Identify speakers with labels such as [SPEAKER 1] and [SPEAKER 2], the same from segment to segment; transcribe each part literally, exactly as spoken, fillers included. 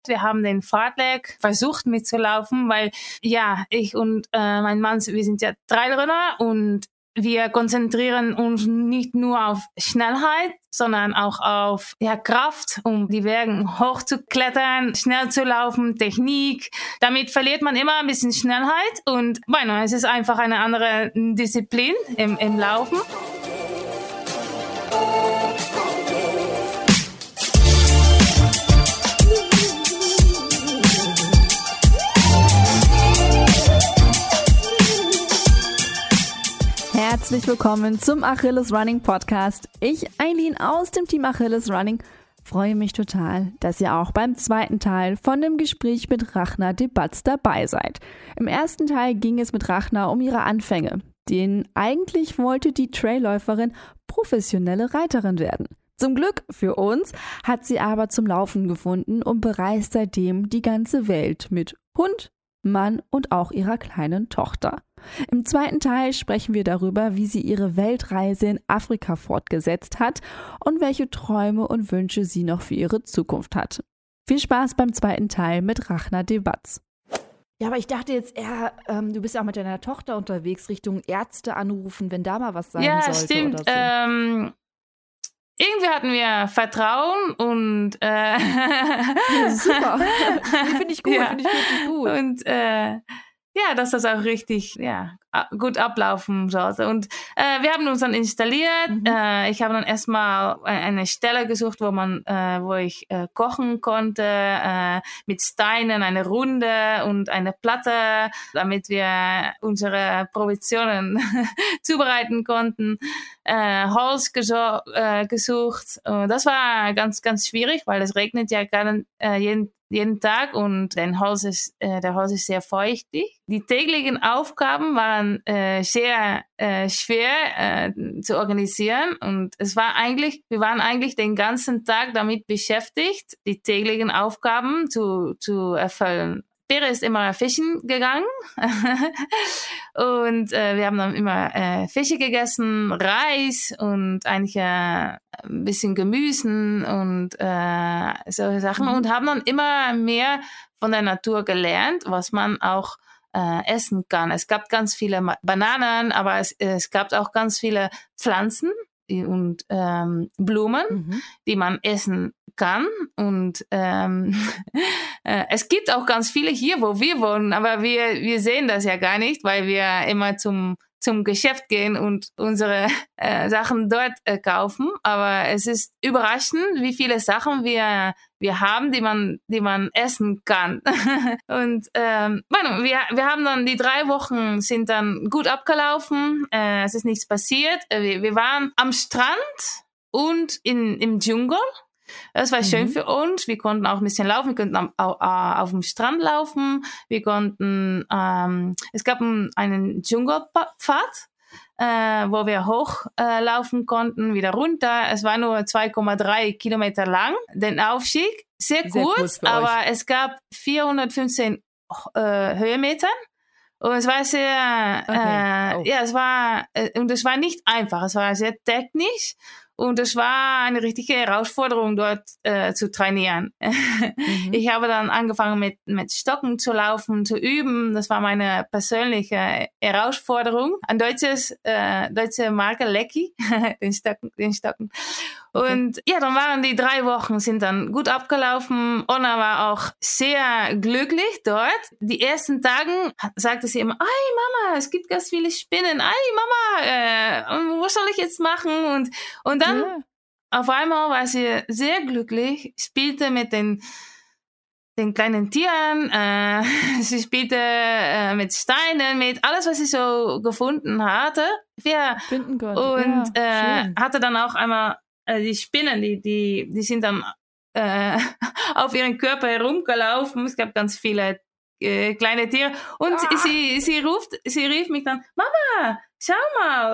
[SPEAKER 1] Wir haben den Fahrtweg versucht mitzulaufen, weil ja, ich und äh, mein Mann, wir sind ja Trailrunner und wir konzentrieren uns nicht nur auf Schnellheit, sondern auch auf ja, Kraft, um die Berge hochzuklettern, schnell zu laufen, Technik. Damit verliert man immer ein bisschen Schnellheit und bueno, es ist einfach eine andere Disziplin im, im Laufen.
[SPEAKER 2] Herzlich willkommen zum Achilles Running Podcast. Ich, Eileen aus dem Team Achilles Running, freue mich total, dass ihr auch beim zweiten Teil von dem Gespräch mit Rachna Debatz dabei seid. Im ersten Teil ging es mit Rachna um ihre Anfänge, denn eigentlich wollte die Trailläuferin professionelle Reiterin werden. Zum Glück für uns hat sie aber zum Laufen gefunden und bereist seitdem die ganze Welt mit Hund, Mann und auch ihrer kleinen Tochter. Im zweiten Teil sprechen wir darüber, wie sie ihre Weltreise in Afrika fortgesetzt hat und welche Träume und Wünsche sie noch für ihre Zukunft hat. Viel Spaß beim zweiten Teil mit Rachna Debatz. Ja, aber ich dachte jetzt eher, ähm, du bist ja auch mit deiner Tochter unterwegs, Richtung Ärzte anrufen, wenn da mal was sein
[SPEAKER 1] ja,
[SPEAKER 2] sollte.
[SPEAKER 1] Stimmt.
[SPEAKER 2] Oder so.
[SPEAKER 1] Ähm, irgendwie hatten wir Vertrauen und äh,
[SPEAKER 2] ja, super. Finde ich gut, ja. finde ich richtig gut.
[SPEAKER 1] Und äh, ja, dass das auch richtig ja, gut ablaufen sollte. Und äh, wir haben uns dann installiert. Mhm. Äh, ich habe dann erstmal eine Stelle gesucht, wo man, äh, wo ich äh, kochen konnte, äh, mit Steinen, eine Runde und eine Platte, damit wir unsere Provisionen zubereiten konnten. Äh, Holz geso- äh, gesucht. Und das war ganz, ganz schwierig, weil es regnet ja gerade äh, jeden jeden Tag und der Holz ist, äh, der Holz ist sehr feuchtig. Die täglichen Aufgaben waren äh, sehr äh, schwer äh, zu organisieren und es war eigentlich, wir waren eigentlich den ganzen Tag damit beschäftigt, die täglichen Aufgaben zu, zu erfüllen. Pere ist immer fischen gegangen und äh, wir haben dann immer äh, Fische gegessen, Reis und eigentlich äh, ein bisschen Gemüse und äh, solche Sachen mhm. und haben dann immer mehr von der Natur gelernt, was man auch äh, essen kann. Es gab ganz viele Bananen, aber es, es gab auch ganz viele Pflanzen und ähm, Blumen, mhm. die man essen kann und ähm, äh, es gibt auch ganz viele hier, wo wir wohnen, aber wir wir sehen das ja gar nicht, weil wir immer zum zum Geschäft gehen und unsere äh, Sachen dort äh, kaufen. Aber es ist überraschend, wie viele Sachen wir wir haben, die man die man essen kann. Und ähm, bueno, wir wir haben dann die drei Wochen sind dann gut abgelaufen. Äh, es ist nichts passiert. Äh, wir, wir waren am Strand und in im Dschungel. Das war mhm. schön für uns. Wir konnten auch ein bisschen laufen. Wir konnten auf, auf, auf dem Strand laufen. Wir konnten, ähm, es gab einen Dschungelpfad, äh, wo wir hochlaufen äh, konnten, wieder runter. Es war nur zwei Komma drei Kilometer lang. Den Aufstieg, sehr, sehr kurz, aber es gab vierhundertfünfzehn äh, Höhenmeter. Und es war sehr, okay. äh, oh. ja, es war, äh, und es war nicht einfach. Es war sehr technisch. Und es war eine richtige Herausforderung, dort äh, zu trainieren. Mhm. Ich habe dann angefangen mit, mit Stocken zu laufen, zu üben. Das war meine persönliche Herausforderung. Ein deutsches, äh, deutsche Marke, Lecky, den Stocken, den Stocken. Okay. Und ja, dann waren die drei Wochen, sind dann gut abgelaufen. Onna war auch sehr glücklich dort. Die ersten Tagen sagte sie immer, ei Mama, es gibt ganz viele Spinnen. Ei Mama, äh, was soll ich jetzt machen? Und, und dann ja. auf einmal war sie sehr glücklich, spielte mit den den kleinen Tieren, äh, sie spielte äh, mit Steinen, mit alles, was sie so gefunden hatte. Ja.
[SPEAKER 2] Finden Gott.
[SPEAKER 1] Und
[SPEAKER 2] ja,
[SPEAKER 1] äh, hatte dann auch einmal äh, die Spinnen, die, die, die sind dann äh, auf ihren Körper herumgelaufen. Es gab ganz viele äh, kleine Tiere. Und ah. sie, sie, ruft, sie rief mich dann, Mama, schau mal.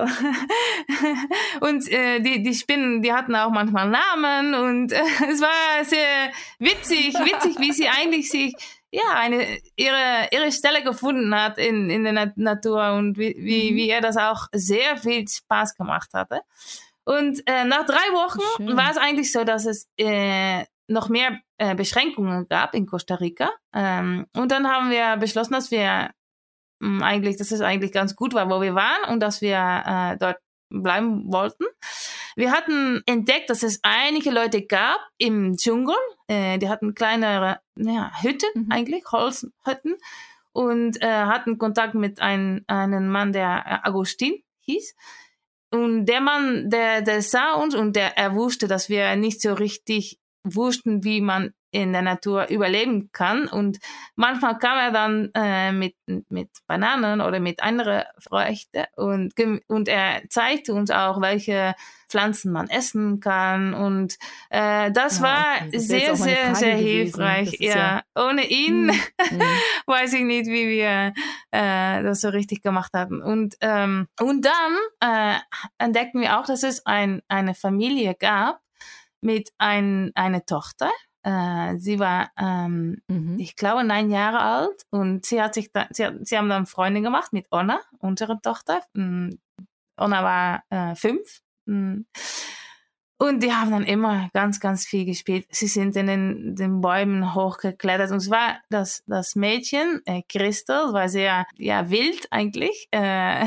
[SPEAKER 1] Und äh, die, die Spinnen, die hatten auch manchmal Namen und äh, es war sehr witzig, witzig, wie sie eigentlich sich, ja, eine, ihre, ihre Stelle gefunden hat in, in der Na- Natur und wie, wie, mhm. wie ihr das auch sehr viel Spaß gemacht hatte. Und äh, nach drei Wochen Schön. war es eigentlich so, dass es äh, noch mehr äh, Beschränkungen gab in Costa Rica. Ähm, und dann haben wir beschlossen, dass wir mh, eigentlich, dass es eigentlich ganz gut war, wo wir waren und dass wir äh, dort bleiben wollten. Wir hatten entdeckt, dass es einige Leute gab im Dschungel. Äh, die hatten kleinere ja, Hütten mhm. eigentlich, Holzhütten. Und äh, hatten Kontakt mit ein, einem Mann, der Agustin hieß. Und der Mann, der, der sah uns und der, er wusste, dass wir nicht so richtig wussten, wie man in der Natur überleben kann. Und manchmal kam er dann äh, mit, mit Bananen oder mit anderen Früchten und, und er zeigte uns auch, welche Pflanzen man essen kann. Und äh, das ja, war okay. das sehr, sehr, sehr hilfreich. Ja. ja, ohne ihn mm, mm. weiß ich nicht, wie wir äh, das so richtig gemacht haben. Und, ähm, und dann äh, entdeckten wir auch, dass es ein, eine Familie gab mit ein, einer Tochter. Uh, sie war, ähm, mhm. ich glaube, neun Jahre alt und sie hat sich, da, sie, hat, sie haben dann Freunde gemacht mit Onna, unsere Tochter. Mm, Onna war äh, fünf mm. und die haben dann immer ganz, ganz viel gespielt. Sie sind in den, den Bäumen hochgeklettert und es war das, das Mädchen, äh, Christel, war sehr, ja, wild eigentlich. Äh,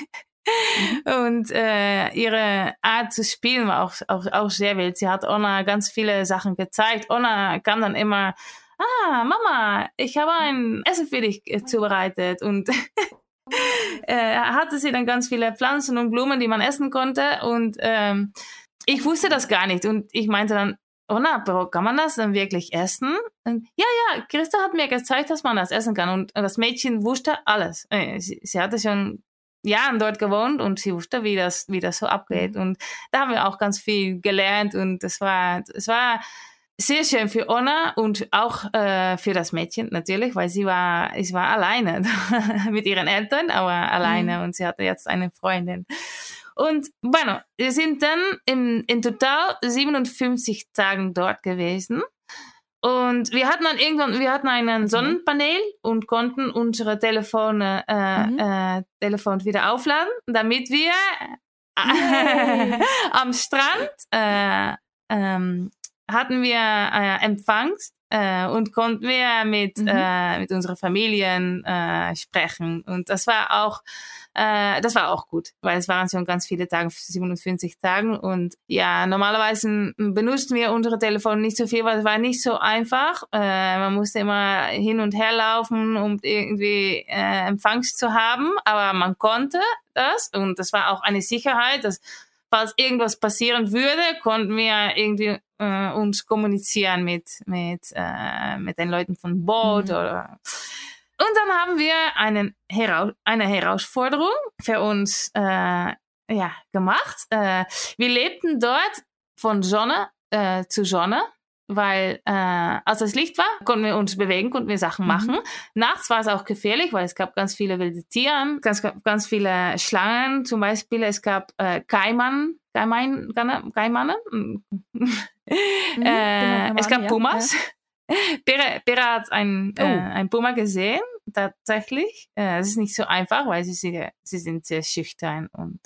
[SPEAKER 1] Und äh, ihre Art zu spielen war auch, auch, auch sehr wild. Sie hat Onna ganz viele Sachen gezeigt. Onna kam dann immer, ah, Mama, ich habe ein Essen für dich zubereitet. Und äh, hatte sie dann ganz viele Pflanzen und Blumen, die man essen konnte. Und ähm, ich wusste das gar nicht. Und ich meinte dann, Onna, kann man das dann wirklich essen? Und, ja, ja, Christa hat mir gezeigt, dass man das essen kann. Und das Mädchen wusste alles. Sie, sie hatte schon Jahren dort gewohnt und sie wusste, wie das, wie das so abgeht. Mhm. Und da haben wir auch ganz viel gelernt und es war, es war sehr schön für Onna und auch äh, für das Mädchen natürlich, weil sie war, sie war alleine mit ihren Eltern, aber alleine mhm. und sie hatte jetzt eine Freundin. Und bueno, wir sind dann in, in total siebenundfünfzig Tagen dort gewesen. Und wir hatten dann irgendwann, wir hatten einen Sonnenpanel und konnten unsere Telefone, äh, mhm. äh, Telefon wieder aufladen, damit wir äh, am Strand äh, ähm, hatten wir äh, Empfangs äh, und konnten wir mit mhm. äh, mit unseren Familien äh, sprechen. Und das war auch äh, das war auch gut, weil es waren schon ganz viele Tage, siebenundfünfzig Tagen. Und ja, normalerweise benutzten wir unsere Telefone nicht so viel, weil es war nicht so einfach. Äh, man musste immer hin und her laufen, um irgendwie äh, Empfangs zu haben. Aber man konnte das und das war auch eine Sicherheit, dass falls irgendwas passieren würde, konnten wir irgendwie äh, uns kommunizieren mit mit äh, mit den Leuten von Boot mhm. oder und dann haben wir einen Hera- eine Herausforderung für uns äh, ja, gemacht. Äh, wir lebten dort von Sonne äh, zu Sonne, weil äh, als das Licht war, konnten wir uns bewegen, konnten wir Sachen machen. Mhm. Nachts war es auch gefährlich, weil es gab ganz viele wilde Tiere, ganz, ganz viele Schlangen zum Beispiel. Es gab äh, Kaiman, Kaiman, Kaimane. Mhm, äh, genau, es gab Pumas. Ja. Pera, Pera hat ein, oh. äh, ein Puma gesehen, tatsächlich. Äh, es ist nicht so einfach, weil sie, sie, sie sind sehr schüchtern und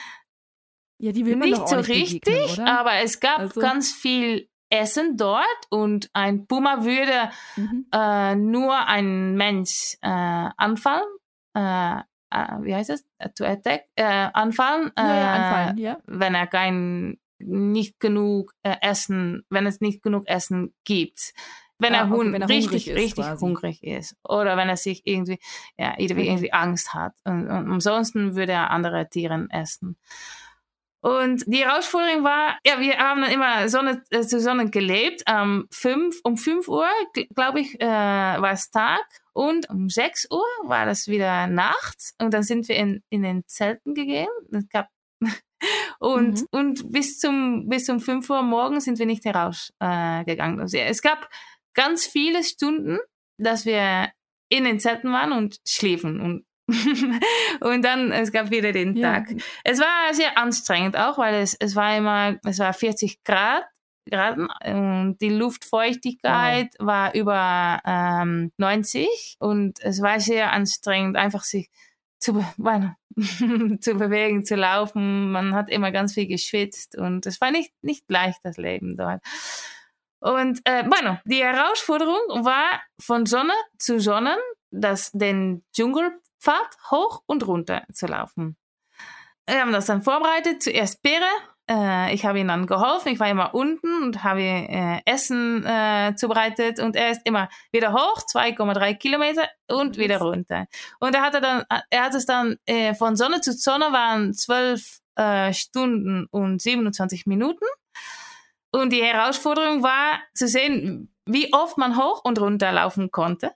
[SPEAKER 2] ja, die will man
[SPEAKER 1] nicht
[SPEAKER 2] doch auch
[SPEAKER 1] so
[SPEAKER 2] nicht
[SPEAKER 1] richtig,
[SPEAKER 2] oder?
[SPEAKER 1] Aber es gab also ganz viel Essen dort und ein Puma würde mhm. äh, nur einen Mensch äh, anfallen. Äh, äh, wie heißt es? To attack? Äh, anfallen, äh,
[SPEAKER 2] ja, ja, anfallen ja.
[SPEAKER 1] wenn er kein nicht genug äh, Essen, wenn es nicht genug Essen gibt. Wenn, ah, er, hun- okay, wenn er richtig, hungrig richtig ist, hungrig ist. Oder wenn er sich irgendwie, ja, irgendwie, mhm. irgendwie Angst hat. Und, und ansonsten würde er andere Tiere essen. Und die Herausforderung war, ja, wir haben dann immer Sonne, äh, zusammen gelebt. Um fünf, um fünf Uhr, glaube ich, äh, war es Tag. Und um sechs Uhr war das wieder Nacht. Und dann sind wir in, in den Zelten gegangen. Es gab und, mhm. und bis zum, bis um fünf Uhr morgens sind wir nicht herausgegangen. Äh, gegangen. Also, es gab ganz viele Stunden, dass wir in den Zelten waren und schliefen. Und, und dann, es gab wieder den ja. Tag. Es war sehr anstrengend auch, weil es, es war immer, es war vierzig Grad. Grad und die Luftfeuchtigkeit wow. war über ähm, neunzig und es war sehr anstrengend, einfach sich zu, be- zu bewegen, zu laufen. Man hat immer ganz viel geschwitzt und es war nicht, nicht leicht, das Leben dort. Und äh, bueno, die Herausforderung war, von Sonne zu Sonne, das, den Dschungelpfad hoch und runter zu laufen. Wir haben das dann vorbereitet, zuerst Pere. Äh, ich habe ihm dann geholfen, ich war immer unten und habe äh, Essen äh, zubereitet und er ist immer wieder hoch, zwei Komma drei Kilometer und wieder runter. Und er hatte dann, er hat es dann äh, von Sonne zu Sonne waren zwölf äh, Stunden und siebenundzwanzig Minuten. Und die Herausforderung war zu sehen, wie oft man hoch und runter laufen konnte.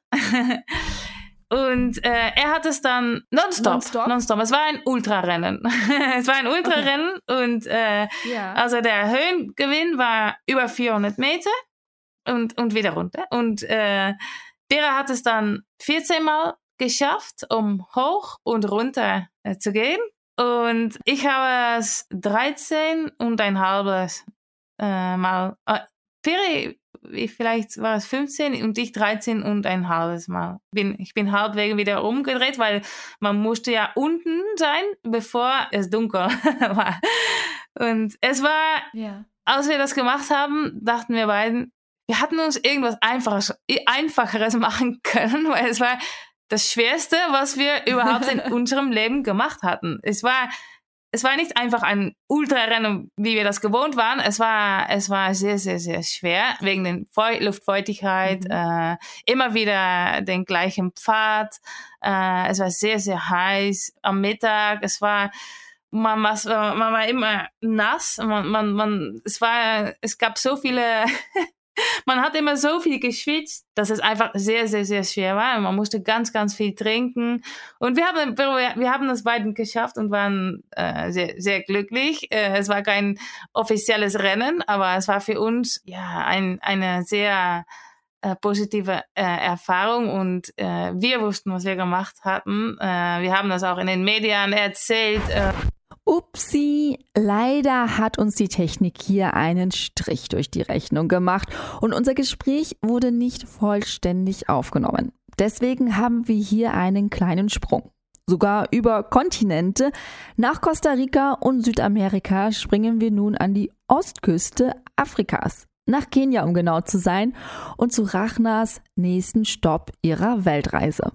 [SPEAKER 1] Und äh, er hat es dann nonstop, nonstop, nonstop. Es war ein Ultrarennen. Es war ein Ultrarennen okay. und äh, ja. also der Höhengewinn war über vierhundert Meter und, und wieder runter. Und äh, der hat es dann vierzehn Mal geschafft, um hoch und runter äh, zu gehen. Und ich habe es dreizehn und ein halbes äh, Mal. Äh, Peri, vielleicht war es fünfzehn und ich dreizehn und ein halbes Mal. Bin, ich bin halbwegs wieder umgedreht, weil man musste ja unten sein, bevor es dunkel war. Und es war, ja. als wir das gemacht haben, dachten wir beiden, wir hatten uns irgendwas Einfaches, Einfacheres machen können, weil es war das Schwerste, was wir überhaupt in unserem Leben gemacht hatten. Es war Es war nicht einfach ein Ultrarennen, wie wir das gewohnt waren. Es war, es war sehr, sehr, sehr schwer wegen der Feu- Luftfeuchtigkeit. Mhm. Äh, immer wieder den gleichen Pfad. Äh, es war sehr, sehr heiß am Mittag. Es war, man, man, man war immer nass. Man, man, man, es war, es gab so viele. Man hat immer so viel geschwitzt, dass es einfach sehr, sehr, sehr schwer war. Man musste ganz, ganz viel trinken. Und wir haben, wir haben das beiden geschafft und waren äh, sehr, sehr glücklich. Äh, es war kein offizielles Rennen, aber es war für uns ja ein, eine sehr äh, positive äh, Erfahrung. Und äh, wir wussten, was wir gemacht hatten. Äh, wir haben das auch in den Medien erzählt. Äh,
[SPEAKER 2] Upsi, leider hat uns die Technik hier einen Strich durch die Rechnung gemacht und unser Gespräch wurde nicht vollständig aufgenommen. Deswegen haben wir hier einen kleinen Sprung. Sogar über Kontinente. Nach Costa Rica und Südamerika springen wir nun an die Ostküste Afrikas. Nach Kenia, um genau zu sein, und zu Rachnas nächsten Stopp ihrer Weltreise.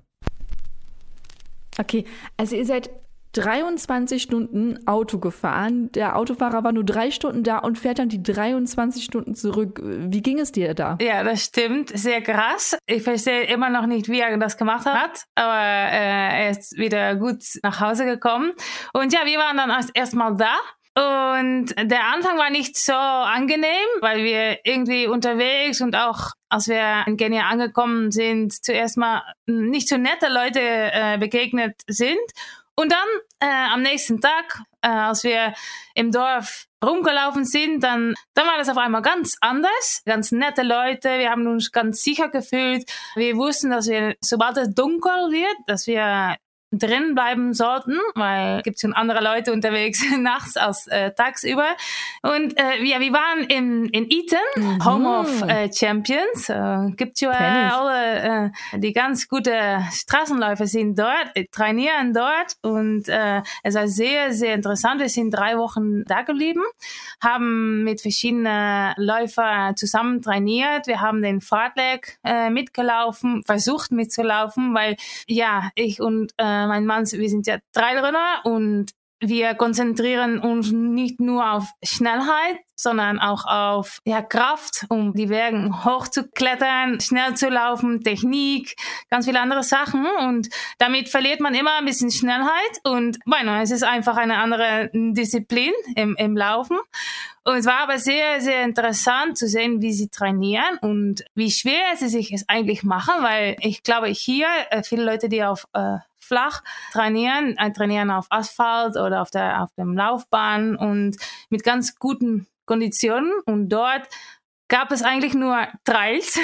[SPEAKER 2] Okay, also ihr seid dreiundzwanzig Stunden Auto gefahren. Der Autofahrer war nur drei Stunden da und fährt dann die dreiundzwanzig Stunden zurück. Wie ging es dir da?
[SPEAKER 1] Ja, das stimmt. Sehr krass. Ich verstehe immer noch nicht, wie er das gemacht hat, aber äh, er ist wieder gut nach Hause gekommen. Und ja, wir waren dann erst mal da. Und der Anfang war nicht so angenehm, weil wir irgendwie unterwegs und auch als wir in Kenia angekommen sind, zuerst mal nicht so nette Leute äh, begegnet sind. Und dann äh, am nächsten Tag, äh, als wir im Dorf rumgelaufen sind, dann, dann war das auf einmal ganz anders. Ganz nette Leute, wir haben uns ganz sicher gefühlt. Wir wussten, dass wir, sobald es dunkel wird, dass wir drin bleiben sollten, weil es gibt schon andere Leute unterwegs nachts als äh, tagsüber. Und äh, ja, wir waren in, in Eton, mhm. Home of äh, Champions. Äh, gibt ja äh, alle, äh, die ganz gute Straßenläufer sind dort, äh, trainieren dort. Und äh, es war sehr, sehr interessant. Wir sind drei Wochen da geblieben, haben mit verschiedenen Läufern zusammen trainiert. Wir haben den Fahrtweg äh, mitgelaufen, versucht mitzulaufen, weil ja, ich und äh, mein Mann, wir sind ja Trailrunner und wir konzentrieren uns nicht nur auf Schnellheit, sondern auch auf ja, Kraft, um die Berge hochzuklettern, schnell zu laufen, Technik, ganz viele andere Sachen. Und damit verliert man immer ein bisschen Schnellheit. Und bueno, es ist einfach eine andere Disziplin im, im Laufen. Und es war aber sehr, sehr interessant zu sehen, wie sie trainieren und wie schwer sie sich es eigentlich machen, weil ich glaube, hier äh, viele Leute, die auf äh, flach trainieren, äh, trainieren auf Asphalt oder auf der auf dem Laufbahn und mit ganz guten Konditionen. Und dort gab es eigentlich nur Trails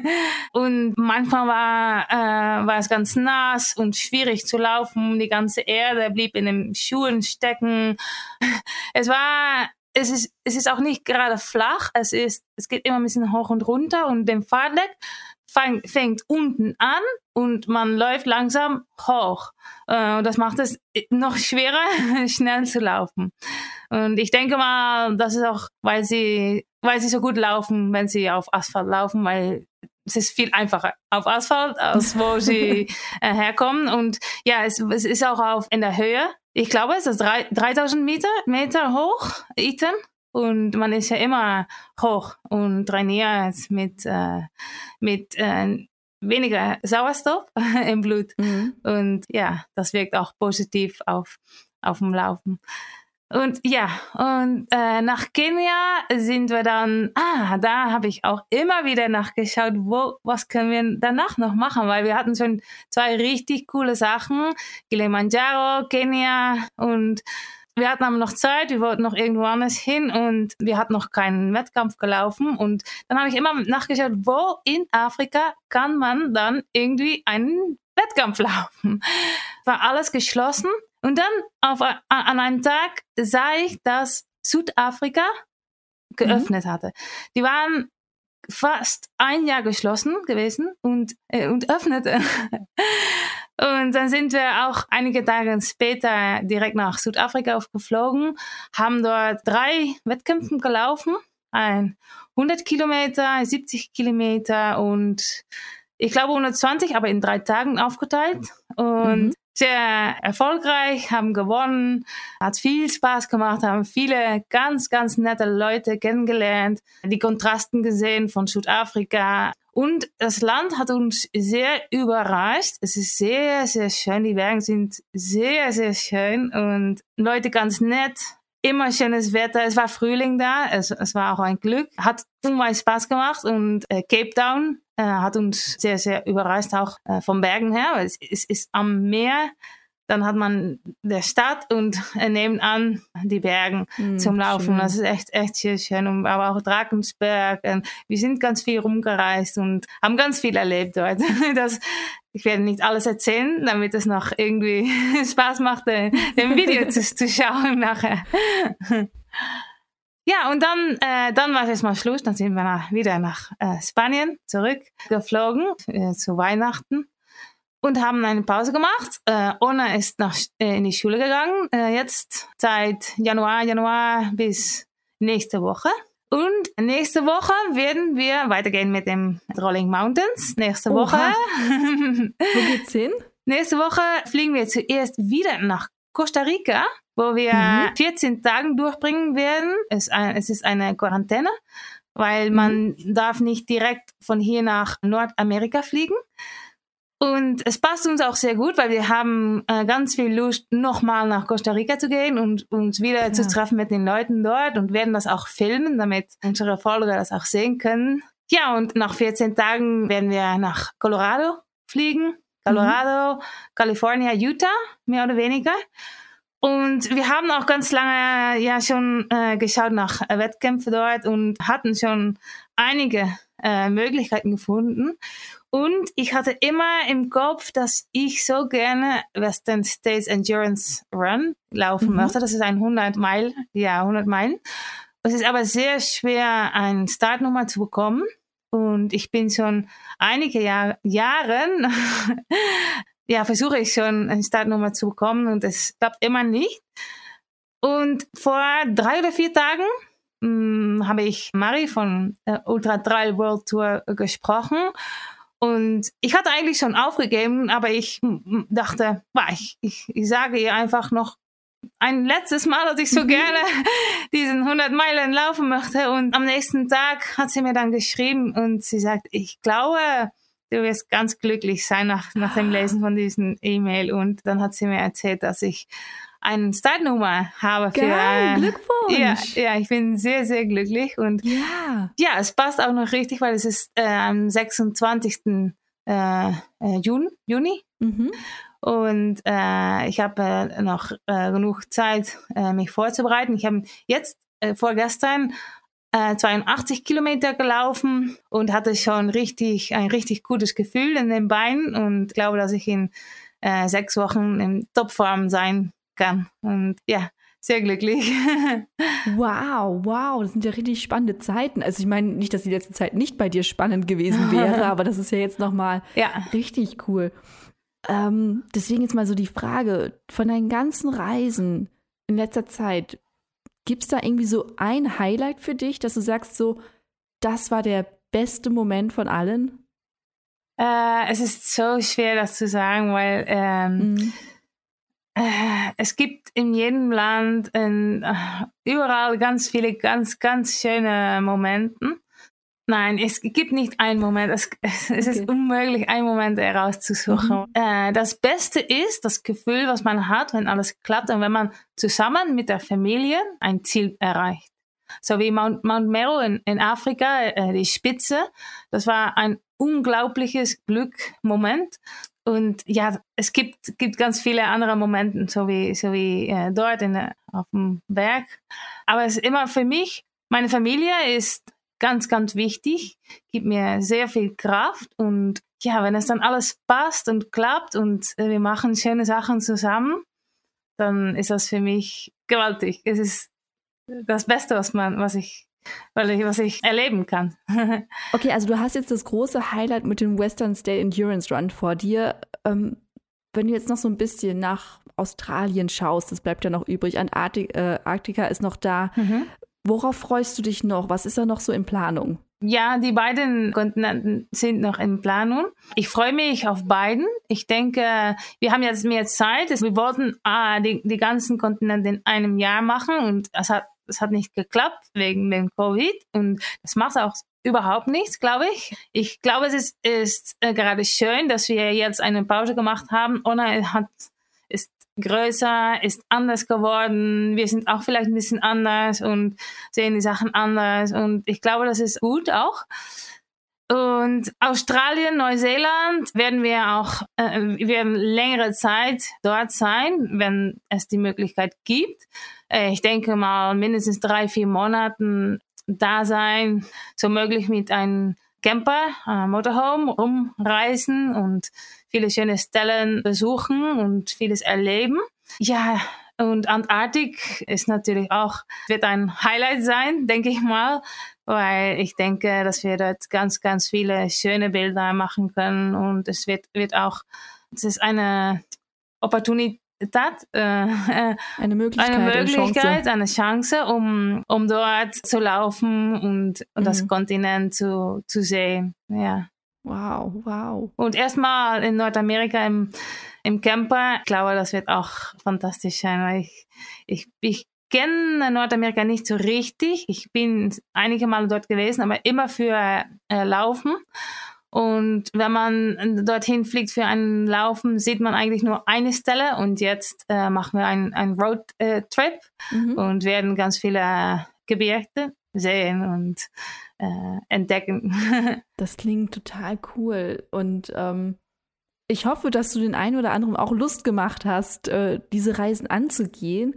[SPEAKER 1] und manchmal war, äh, war es ganz nass und schwierig zu laufen. Die ganze Erde blieb in den Schuhen stecken. Es war Es ist, es ist auch nicht gerade flach. Es ist, es geht immer ein bisschen hoch und runter und den Fahrtweg fang, fängt unten an und man läuft langsam hoch. Äh, und das macht es noch schwerer, schnell zu laufen. Und ich denke mal, das ist auch, weil sie, weil sie so gut laufen, wenn sie auf Asphalt laufen, weil es ist viel einfacher auf Asphalt, als wo sie äh, herkommen. Und ja, es, es ist auch auf, in der Höhe. Ich glaube, es ist drei, dreitausend Meter, Meter hoch, Iten. Und man ist ja immer hoch und trainiert mit, äh, mit äh, weniger Sauerstoff im Blut. Mhm. Und ja, das wirkt auch positiv auf, auf dem Laufen. Und ja, und äh, nach Kenia sind wir dann, ah, da habe ich auch immer wieder nachgeschaut, wo, was können wir danach noch machen, weil wir hatten schon zwei richtig coole Sachen, Kilimanjaro, Kenia, und wir hatten aber noch Zeit, wir wollten noch irgendwo anders hin und wir hatten noch keinen Wettkampf gelaufen. Und dann habe ich immer nachgeschaut, wo in Afrika kann man dann irgendwie einen Wettkampf laufen. War alles geschlossen. Und dann auf, an einem Tag sah ich, dass Südafrika geöffnet mhm. hatte. Die waren fast ein Jahr geschlossen gewesen und, äh, und öffnete. Und dann sind wir auch einige Tage später direkt nach Südafrika geflogen, haben dort drei Wettkämpfe gelaufen, ein hundert Kilometer, siebzig Kilometer und ich glaube hundertzwanzig, aber in drei Tagen aufgeteilt. Und mhm. sehr erfolgreich, haben gewonnen, hat viel Spaß gemacht, haben viele ganz, ganz nette Leute kennengelernt, die Kontrasten gesehen von Südafrika. Und das Land hat uns sehr überrascht. Es ist sehr, sehr schön. Die Berge sind sehr, sehr schön und Leute ganz nett. Immer schönes Wetter. Es war Frühling da. Es, es war auch ein Glück. Hat unheimlich Spaß gemacht und äh, Cape Town äh, hat uns sehr, sehr überrascht, auch äh, vom Bergen her. Es, es ist am Meer. Dann hat man der Stadt und äh, nebenan die Bergen mm, zum Laufen. Schön. Das ist echt, echt sehr schön. Und, aber auch Drakensberg. Und wir sind ganz viel rumgereist und haben ganz viel erlebt dort. Das, ich werde nicht alles erzählen, damit es noch irgendwie Spaß macht, den, den Video zu, zu schauen nachher. Ja, und dann, äh, dann war es erstmal Schluss. Dann sind wir nach, wieder nach äh, Spanien zurückgeflogen äh, zu Weihnachten. Und haben eine Pause gemacht. Äh, Ona ist nach, äh, in die Schule gegangen. Äh, jetzt seit Januar, Januar bis nächste Woche. Und nächste Woche werden wir weitergehen mit dem Rolling Mountains. Nächste Woche.
[SPEAKER 2] Wo geht's hin?
[SPEAKER 1] Nächste Woche fliegen wir zuerst wieder nach Costa Rica, wo wir mhm. vierzehn Tage durchbringen werden. Es, es ist eine Quarantäne, weil man mhm. darf nicht direkt von hier nach Nordamerika fliegen. Und es passt uns auch sehr gut, weil wir haben äh, ganz viel Lust, nochmal nach Costa Rica zu gehen und uns wieder ja. zu treffen mit den Leuten dort und werden das auch filmen, damit unsere Follower das auch sehen können. Ja, und nach vierzehn Tagen werden wir nach Colorado fliegen. Colorado, mhm. Kalifornien, Utah, mehr oder weniger. Und wir haben auch ganz lange ja schon äh, geschaut nach äh, Wettkämpfen dort und hatten schon einige äh, Möglichkeiten gefunden. Und ich hatte immer im Kopf, dass ich so gerne Western States Endurance Run laufen mhm. möchte. Das ist ein hundert Meilen, ja, hundert Meilen. Es ist aber sehr schwer, eine Startnummer zu bekommen. Und ich bin schon einige Jahr, Jahre, ja, versuche ich schon eine Startnummer zu bekommen und es klappt immer nicht. Und vor drei oder vier Tagen mh, habe ich Marie von äh, Ultra Trail World Tour gesprochen. Und ich hatte eigentlich schon aufgegeben, aber ich dachte, ich, ich, ich sage ihr einfach noch ein letztes Mal, dass ich so gerne diesen hundert Meilen laufen möchte. Und am nächsten Tag hat sie mir dann geschrieben und sie sagt, ich glaube, du wirst ganz glücklich sein nach, nach dem Lesen von diesem E-Mail. Und dann hat sie mir erzählt, dass ich eine Startnummer habe. Für,
[SPEAKER 2] Geil, Glückwunsch!
[SPEAKER 1] Ja, ja, ich bin sehr, sehr glücklich. Und
[SPEAKER 2] ja,
[SPEAKER 1] ja es passt auch noch richtig, weil es ist äh, am sechsundzwanzigsten Äh, äh, Juni. Juni. Mhm. Und äh, ich habe äh, noch äh, genug Zeit, äh, mich vorzubereiten. Ich habe jetzt äh, vorgestern äh, zweiundachtzig Kilometer gelaufen und hatte schon richtig ein richtig gutes Gefühl in den Beinen und glaube, dass ich in äh, sechs Wochen in Topform sein kann. Und ja, sehr glücklich.
[SPEAKER 2] Wow, wow, das sind ja richtig spannende Zeiten. Also ich meine, nicht, dass die letzte Zeit nicht bei dir spannend gewesen wäre, aber das ist ja jetzt nochmal
[SPEAKER 1] ja.
[SPEAKER 2] richtig cool. Ähm, deswegen jetzt mal so die Frage, von deinen ganzen Reisen in letzter Zeit, gibt es da irgendwie so ein Highlight für dich, dass du sagst so, das war der beste Moment von allen?
[SPEAKER 1] Äh, es ist so schwer, das zu sagen, weil ähm, mhm. äh, es gibt in jedem Land in, äh, überall ganz viele ganz, ganz schöne Momente. Nein, es gibt nicht einen Moment. Es, es okay. ist unmöglich, einen Moment herauszusuchen. Mhm. Äh, das Beste ist das Gefühl, was man hat, wenn alles klappt und wenn man zusammen mit der Familie ein Ziel erreicht. So wie Mount, Mount Meru in, in Afrika, äh, die Spitze. Das war ein unglaubliches Glückmoment. Und ja, es gibt, gibt ganz viele andere Momente, so wie, so wie äh, dort in der, auf dem Berg. Aber es ist immer für mich, meine Familie ist ganz, ganz wichtig, gibt mir sehr viel Kraft. Und ja, wenn es dann alles passt und klappt und äh, wir machen schöne Sachen zusammen, dann ist das für mich gewaltig. Es ist das Beste, was man, was ich, was ich erleben kann.
[SPEAKER 2] Okay, also du hast jetzt das große Highlight mit dem Western State Endurance Run vor dir. Ähm, wenn du jetzt noch so ein bisschen nach Australien schaust, das bleibt ja noch übrig, Antarktika äh, Arktika ist noch da. Mhm. Worauf freust du dich noch? Was ist da noch so in Planung?
[SPEAKER 1] Ja, die beiden Kontinenten sind noch in Planung. Ich freue mich auf beiden. Ich denke, wir haben jetzt mehr Zeit. Wir wollten ah, die, die ganzen Kontinente in einem Jahr machen und es hat, es hat nicht geklappt wegen dem Covid und das macht auch überhaupt nichts, glaube ich. Ich glaube, es ist, ist äh, gerade schön, dass wir jetzt eine Pause gemacht haben. Ona hat, ist größer, ist anders geworden. Wir sind auch vielleicht ein bisschen anders und sehen die Sachen anders. Und ich glaube, das ist gut auch. Und Australien, Neuseeland werden wir auch, äh, wir werden längere Zeit dort sein, wenn es die Möglichkeit gibt. Äh, ich denke mal mindestens drei, vier Monaten da sein, so möglich mit einem Camper, äh, Motorhome, rumreisen und viele schöne Stellen besuchen und vieles erleben. Ja, und Antarktik ist natürlich auch, wird ein Highlight sein, denke ich mal, weil ich denke, dass wir dort ganz, ganz viele schöne Bilder machen können und es wird, wird auch, es ist eine Opportunität, äh,
[SPEAKER 2] eine Möglichkeit,
[SPEAKER 1] eine, Möglichkeit, eine Chance, um, um dort zu laufen und, und mhm. das Kontinent zu, zu sehen, ja.
[SPEAKER 2] Wow, wow.
[SPEAKER 1] Und erstmal in Nordamerika im, im Camper, ich glaube, das wird auch fantastisch sein, weil ich, ich, ich kenne Nordamerika nicht so richtig. Ich bin einige Male dort gewesen, aber immer für äh, Laufen. Und wenn man dorthin fliegt für einen Laufen, sieht man eigentlich nur eine Stelle. Und jetzt äh, machen wir einen, einen Roadtrip mhm. und werden ganz viele Gebirge sehen und äh, entdecken.
[SPEAKER 2] Das klingt total cool. Und ähm, ich hoffe, dass du den einen oder anderen auch Lust gemacht hast, äh, diese Reisen anzugehen.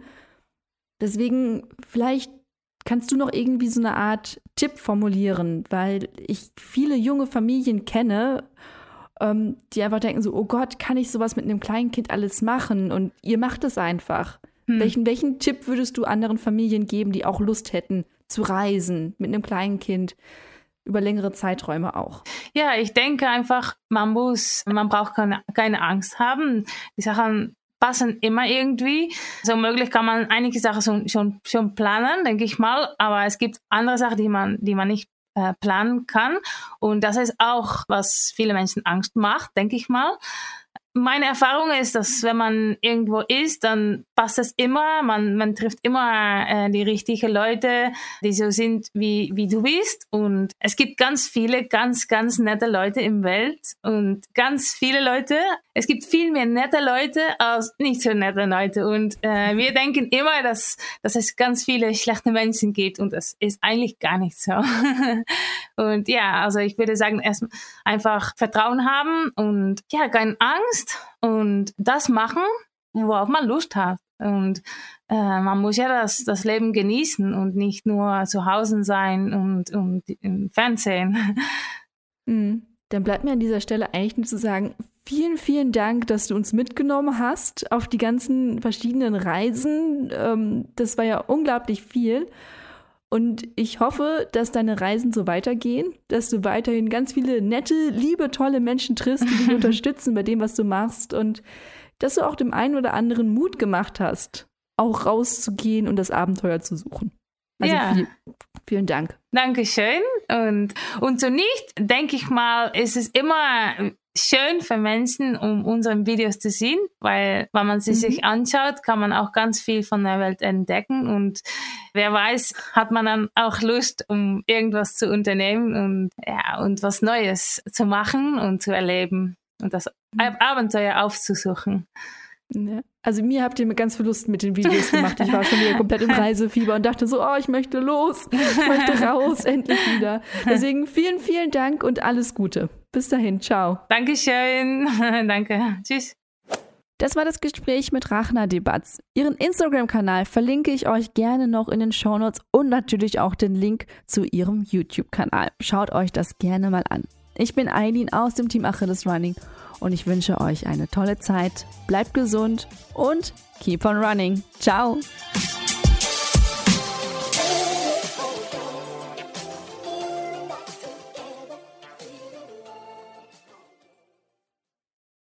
[SPEAKER 2] Deswegen vielleicht kannst du noch irgendwie so eine Art Tipp formulieren, weil ich viele junge Familien kenne, ähm, die einfach denken so, oh Gott, kann ich sowas mit einem kleinen Kind alles machen? Und ihr macht es einfach. Hm. Welchen, welchen Tipp würdest du anderen Familien geben, die auch Lust hätten zu reisen mit einem kleinen Kind über längere Zeiträume auch?
[SPEAKER 1] Ja, ich denke einfach, man muss, man braucht keine, keine Angst haben. Die Sachen passen immer irgendwie. So möglich kann man einige Sachen schon, schon, schon planen, denke ich mal. Aber es gibt andere Sachen, die man, die man nicht äh, planen kann. Und das ist auch, was viele Menschen Angst macht, denke ich mal. Meine Erfahrung ist, dass wenn man irgendwo ist, dann passt es immer. Man, man trifft immer äh, die richtigen Leute, die so sind, wie, wie du bist. Und es gibt ganz viele, ganz, ganz nette Leute im Welt. Und ganz viele Leute, es gibt viel mehr nette Leute als nicht so nette Leute. Und äh, wir denken immer, dass, dass es ganz viele schlechte Menschen gibt. Und das ist eigentlich gar nicht so. Und ja, also ich würde sagen, erst einfach Vertrauen haben und ja, keine Angst. Und das machen, worauf man Lust hat. Und äh, man muss ja das, das Leben genießen und nicht nur zu Hause sein und, und im Fernsehen.
[SPEAKER 2] Mhm. Dann bleibt mir an dieser Stelle eigentlich nur zu sagen, vielen, vielen Dank, dass du uns mitgenommen hast auf die ganzen verschiedenen Reisen. Ähm, das war ja unglaublich viel. Und ich hoffe, dass deine Reisen so weitergehen, dass du weiterhin ganz viele nette, liebe, tolle Menschen triffst, die dich unterstützen bei dem, was du machst. Und dass du auch dem einen oder anderen Mut gemacht hast, auch rauszugehen und das Abenteuer zu suchen. Also
[SPEAKER 1] ja.
[SPEAKER 2] viel, vielen Dank.
[SPEAKER 1] Dankeschön. Und, und zunächst denke ich mal, ist es immer schön für Menschen, um unsere Videos zu sehen, weil wenn man sie mhm. sich anschaut, kann man auch ganz viel von der Welt entdecken und wer weiß, hat man dann auch Lust, um irgendwas zu unternehmen und, ja, und was Neues zu machen und zu erleben und das mhm. Abenteuer aufzusuchen.
[SPEAKER 2] Ja. Also mir habt ihr mit ganz viel Lust mit den Videos gemacht. Ich war schon wieder komplett im Reisefieber und dachte so, oh, ich möchte los, ich möchte raus, endlich wieder. Deswegen vielen, vielen Dank und alles Gute. Bis dahin, ciao.
[SPEAKER 1] Dankeschön, danke, tschüss.
[SPEAKER 2] Das war das Gespräch mit Rachna Debatz. Ihren Instagram-Kanal verlinke ich euch gerne noch in den Shownotes und natürlich auch den Link zu ihrem YouTube-Kanal. Schaut euch das gerne mal an. Ich bin Eileen aus dem Team Achilles Running und ich wünsche euch eine tolle Zeit. Bleibt gesund und keep on running. Ciao.